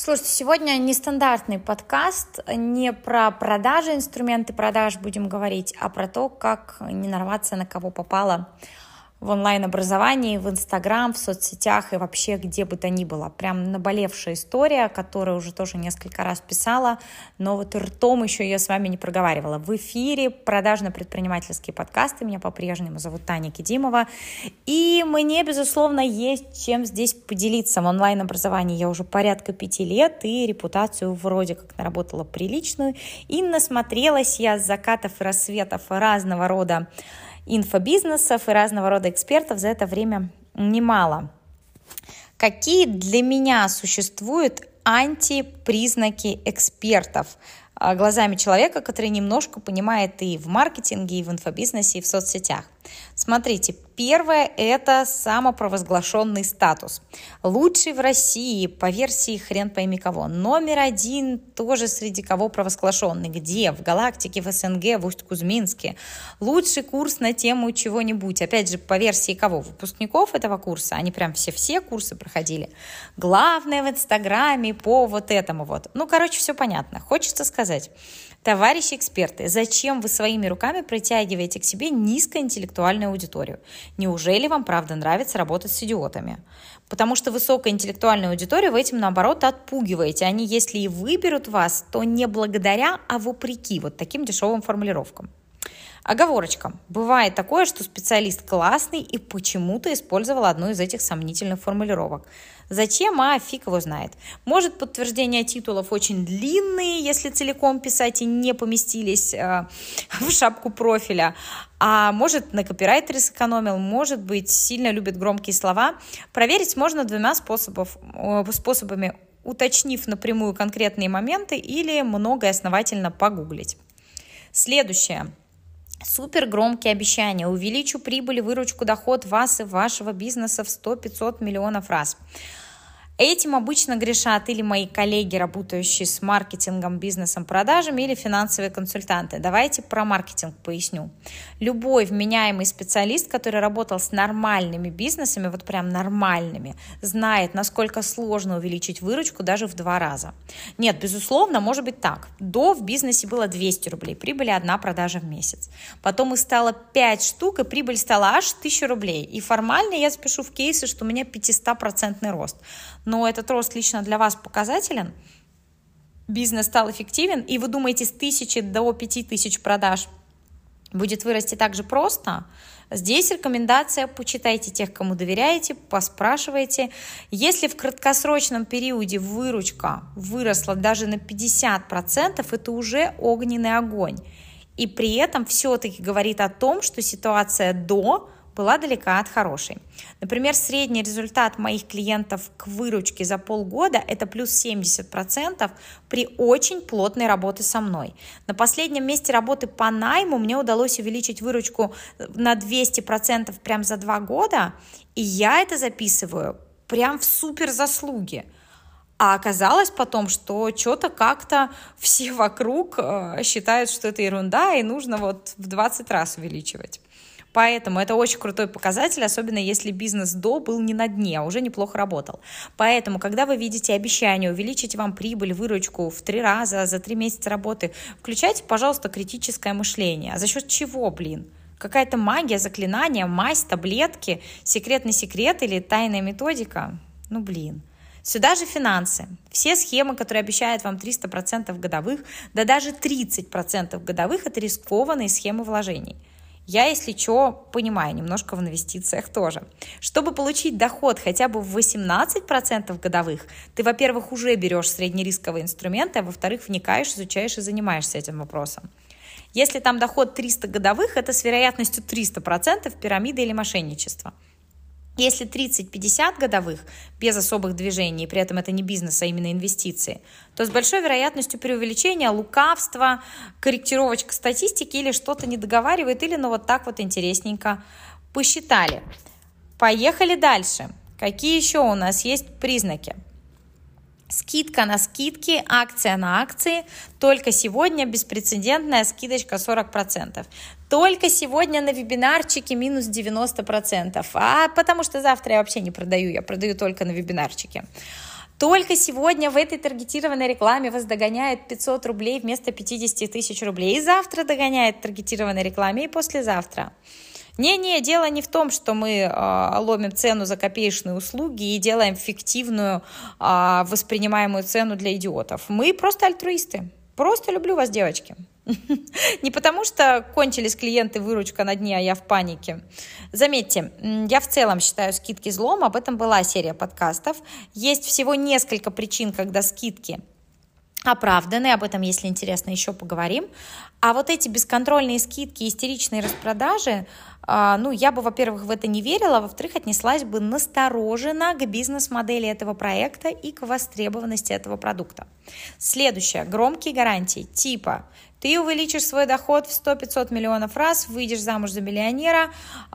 Слушайте, сегодня нестандартный подкаст, не про продажи, инструменты продаж будем говорить, а про то, как не нарваться на кого попало в онлайн-образовании, в Инстаграм, в соцсетях и вообще где бы то ни было. Прям наболевшая история, которую уже тоже несколько раз писала, но вот ртом еще ее с вами не проговаривала. В эфире продажно-предпринимательские подкасты. Меня по-прежнему зовут Таня Кидимова. И мне, безусловно, есть чем здесь поделиться. В онлайн-образовании я уже порядка 5 лет и репутацию вроде как наработала приличную. И насмотрелась я с закатов и рассветов разного рода инфобизнесов и разного рода экспертов за это время немало. Какие для меня существуют антипризнаки экспертов глазами человека, который немножко понимает и в маркетинге, и в инфобизнесе, и в соцсетях? Смотрите, первое – это самопровозглашенный статус. Лучший в России по версии хрен пойми кого. Номер один тоже среди кого провозглашенный. Где? В галактике, в СНГ, в Усть-Кузьминске. Лучший курс на тему чего-нибудь. Опять же, по версии кого? Выпускников этого курса. Они прям все курсы проходили. Главное в Инстаграме по вот этому вот. Все понятно. Хочется сказать. Товарищи эксперты, зачем вы своими руками притягиваете к себе низкоинтеллектуальную аудиторию? Неужели вам правда нравится работать с идиотами? Потому что высокоинтеллектуальную аудиторию вы этим, наоборот, отпугиваете. Они, если и выберут вас, то не благодаря, а вопреки вот таким дешевым формулировкам. Оговорочка. Бывает такое, что специалист классный и почему-то использовал одну из этих сомнительных формулировок. Зачем? Фиг его знает. Может, подтверждения титулов очень длинные, если целиком писать и не поместились в шапку профиля. А может, на копирайтере сэкономил, может быть, сильно любит громкие слова. Проверить можно двумя способами, уточнив напрямую конкретные моменты или много и основательно погуглить. Следующее. Супер громкие обещания. Увеличу прибыль, выручку, доход вас и вашего бизнеса в 100-500 миллионов раз. Этим обычно грешат или мои коллеги, работающие с маркетингом, бизнесом, продажами, или финансовые консультанты. Давайте про маркетинг поясню. Любой вменяемый специалист, который работал с нормальными бизнесами, вот прям нормальными, знает, насколько сложно увеличить выручку даже в 2 раза. Нет, безусловно, может быть так. До в бизнесе было 200 рублей, прибыли 1 продажа в месяц. Потом их стало 5 штук, и прибыль стала аж 1000 рублей. И формально я запишу в кейсы, что у меня 500% рост. Но этот рост лично для вас показателен, бизнес стал эффективен, и вы думаете, с 1000 до 5000 продаж будет вырасти так же просто? Здесь рекомендация: почитайте тех, кому доверяете, поспрашивайте. Если в краткосрочном периоде выручка выросла даже на 50%, это уже огненный огонь. И при этом все-таки говорит о том, что ситуация до была далека от хорошей. Например, средний результат моих клиентов к выручке за полгода – это плюс 70% при очень плотной работе со мной. На последнем месте работы по найму мне удалось увеличить выручку на 200% прям за 2 года, и я это записываю прям в супер заслуги. А оказалось потом, что что-то как-то все вокруг считают, что это ерунда, и нужно вот в 20 раз увеличивать. Поэтому это очень крутой показатель, особенно если бизнес до был не на дне, а уже неплохо работал. Поэтому, когда вы видите обещание увеличить вам прибыль, выручку в 3 раза за 3 месяца работы, включайте, пожалуйста, критическое мышление. А за счет чего, Какая-то магия, заклинание, мазь, таблетки, секретный секрет или тайная методика? Сюда же финансы. Все схемы, которые обещают вам 300% годовых, да даже 30% годовых – это рискованные схемы вложений. Я, если что, понимаю немножко в инвестициях тоже. Чтобы получить доход хотя бы в 18% годовых, ты, во-первых, уже берешь среднерисковые инструменты, а во-вторых, вникаешь, изучаешь и занимаешься этим вопросом. Если там доход 300 годовых, это с вероятностью 300% пирамида или мошенничество. Если 30-50 годовых, без особых движений, при этом это не бизнес, а именно инвестиции, то с большой вероятностью преувеличения, лукавства, корректировочка статистики или что-то не договаривает, или вот так вот интересненько посчитали. Поехали дальше. Какие еще у нас есть признаки? Скидка на скидки, акция на акции. Только сегодня беспрецедентная скидочка 40%. Только сегодня на вебинарчике минус 90%. Потому что завтра я вообще не продаю, я продаю только на вебинарчике. Только сегодня в этой таргетированной рекламе вас догоняет 500 рублей вместо 50 тысяч рублей. И завтра догоняет в таргетированной рекламе, и послезавтра. Не, дело не в том, что мы ломим цену за копеечные услуги и делаем фиктивную воспринимаемую цену для идиотов. Мы просто альтруисты. Просто люблю вас, девочки. Не потому что кончились клиенты, выручка на дне, а я в панике. Заметьте, я в целом считаю скидки злом, об этом была серия подкастов. Есть всего несколько причин, когда скидки оправданы, об этом, если интересно, еще поговорим. А вот эти бесконтрольные скидки, истеричные распродажи, я бы, во-первых, в это не верила, во-вторых, отнеслась бы настороженно к бизнес-модели этого проекта и к востребованности этого продукта. Следующее. Громкие гарантии типа ты увеличишь свой доход в 100-500 миллионов раз, выйдешь замуж за миллионера,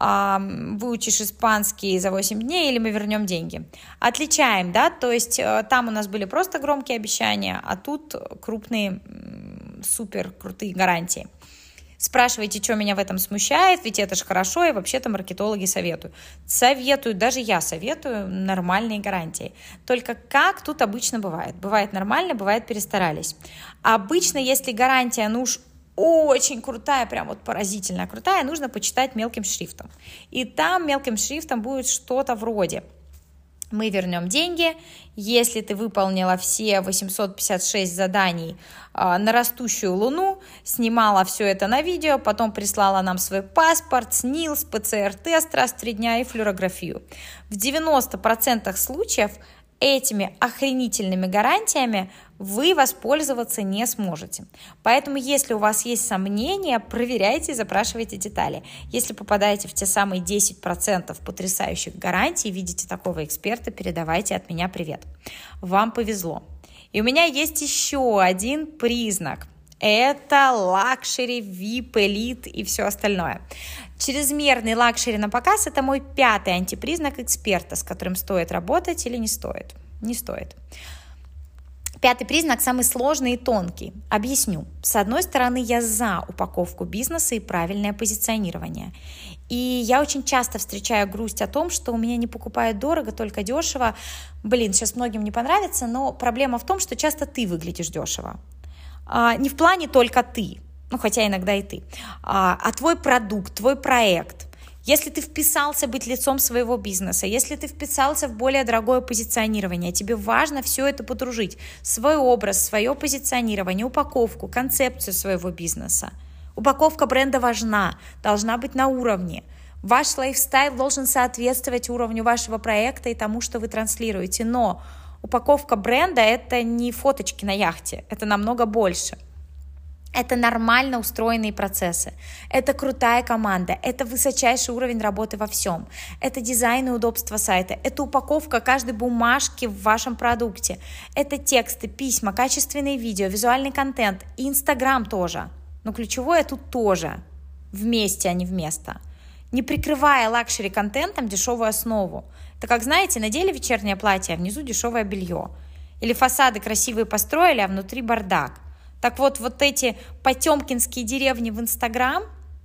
выучишь испанский за 8 дней или мы вернем деньги. Отличаем, да, то есть там у нас были просто громкие обещания, а тут крупные, супер крутые гарантии. Спрашиваете, что меня в этом смущает, ведь это же хорошо, и вообще-то маркетологи советуют. Советуют, даже я советую нормальные гарантии. Только как тут обычно бывает? Бывает нормально, бывает перестарались. Обычно, если гарантия, уж очень крутая, прям вот поразительно крутая, нужно почитать мелким шрифтом. И там мелким шрифтом будет что-то вроде: мы вернем деньги, если ты выполнила все 856 заданий на растущую луну, снимала все это на видео, потом прислала нам свой паспорт, СНИЛС, ПЦР-тест раз в 3 дня и флюорографию. В 90% случаев этими охренительными гарантиями вы воспользоваться не сможете. Поэтому, если у вас есть сомнения, проверяйте и запрашивайте детали. Если попадаете в те самые 10% потрясающих гарантий, видите такого эксперта, передавайте от меня привет. Вам повезло. И у меня есть еще один признак. Это лакшери, VIP, элит и все остальное. Чрезмерный лакшери на показ – это мой 5-й антипризнак эксперта, с которым стоит работать или не стоит. Не стоит. 5-й признак самый сложный и тонкий. Объясню. С одной стороны, я за упаковку бизнеса и правильное позиционирование. И я очень часто встречаю грусть о том, что у меня не покупают дорого, только дешево. Сейчас многим не понравится, но проблема в том, что часто ты выглядишь дешево. Не в плане только ты, хотя иногда и ты, а твой продукт, твой проект. Если ты вписался быть лицом своего бизнеса, если ты вписался в более дорогое позиционирование, тебе важно все это подружить, свой образ, свое позиционирование, упаковку, концепцию своего бизнеса. Упаковка бренда важна, должна быть на уровне. Ваш лайфстайл должен соответствовать уровню вашего проекта и тому, что вы транслируете, но упаковка бренда – это не фоточки на яхте, это намного больше. Это нормально устроенные процессы, это крутая команда, это высочайший уровень работы во всем, это дизайн и удобство сайта, это упаковка каждой бумажки в вашем продукте, это тексты, письма, качественные видео, визуальный контент, и Инстаграм тоже. Но ключевое тут тоже, вместе, а не вместо. Не прикрывая лакшери-контентом дешевую основу. Это как, знаете, надели вечернее платье, а внизу дешевое белье. Или фасады красивые построили, а внутри бардак. Так вот эти потемкинские деревни в Инстаграм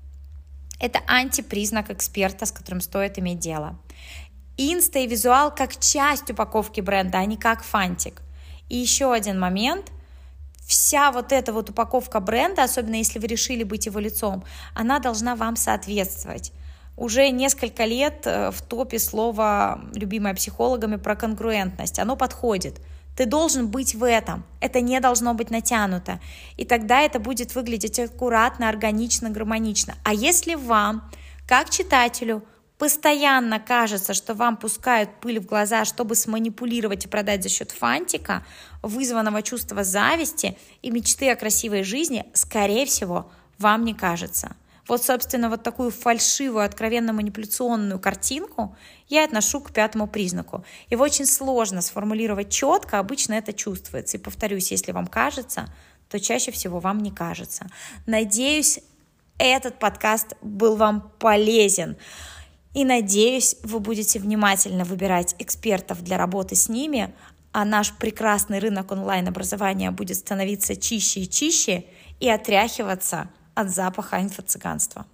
– это антипризнак эксперта, с которым стоит иметь дело. Инста и визуал как часть упаковки бренда, а не как фантик. И еще один момент. Вся эта упаковка бренда, особенно если вы решили быть его лицом, она должна вам соответствовать. Уже несколько лет в топе слово, любимое психологами, про конгруентность. Оно подходит. Ты должен быть в этом. Это не должно быть натянуто. И тогда это будет выглядеть аккуратно, органично, гармонично. А если вам, как читателю, постоянно кажется, что вам пускают пыль в глаза, чтобы сманипулировать и продать за счет фантика, вызванного чувства зависти и мечты о красивой жизни, скорее всего, вам не кажется. Собственно, такую фальшивую, откровенно манипуляционную картинку я отношу к 5-му признаку. Его очень сложно сформулировать четко, обычно это чувствуется. И повторюсь, если вам кажется, то чаще всего вам не кажется. Надеюсь, этот подкаст был вам полезен. И надеюсь, вы будете внимательно выбирать экспертов для работы с ними, а наш прекрасный рынок онлайн-образования будет становиться чище и чище и отряхиваться от запаха инфо-цыганства.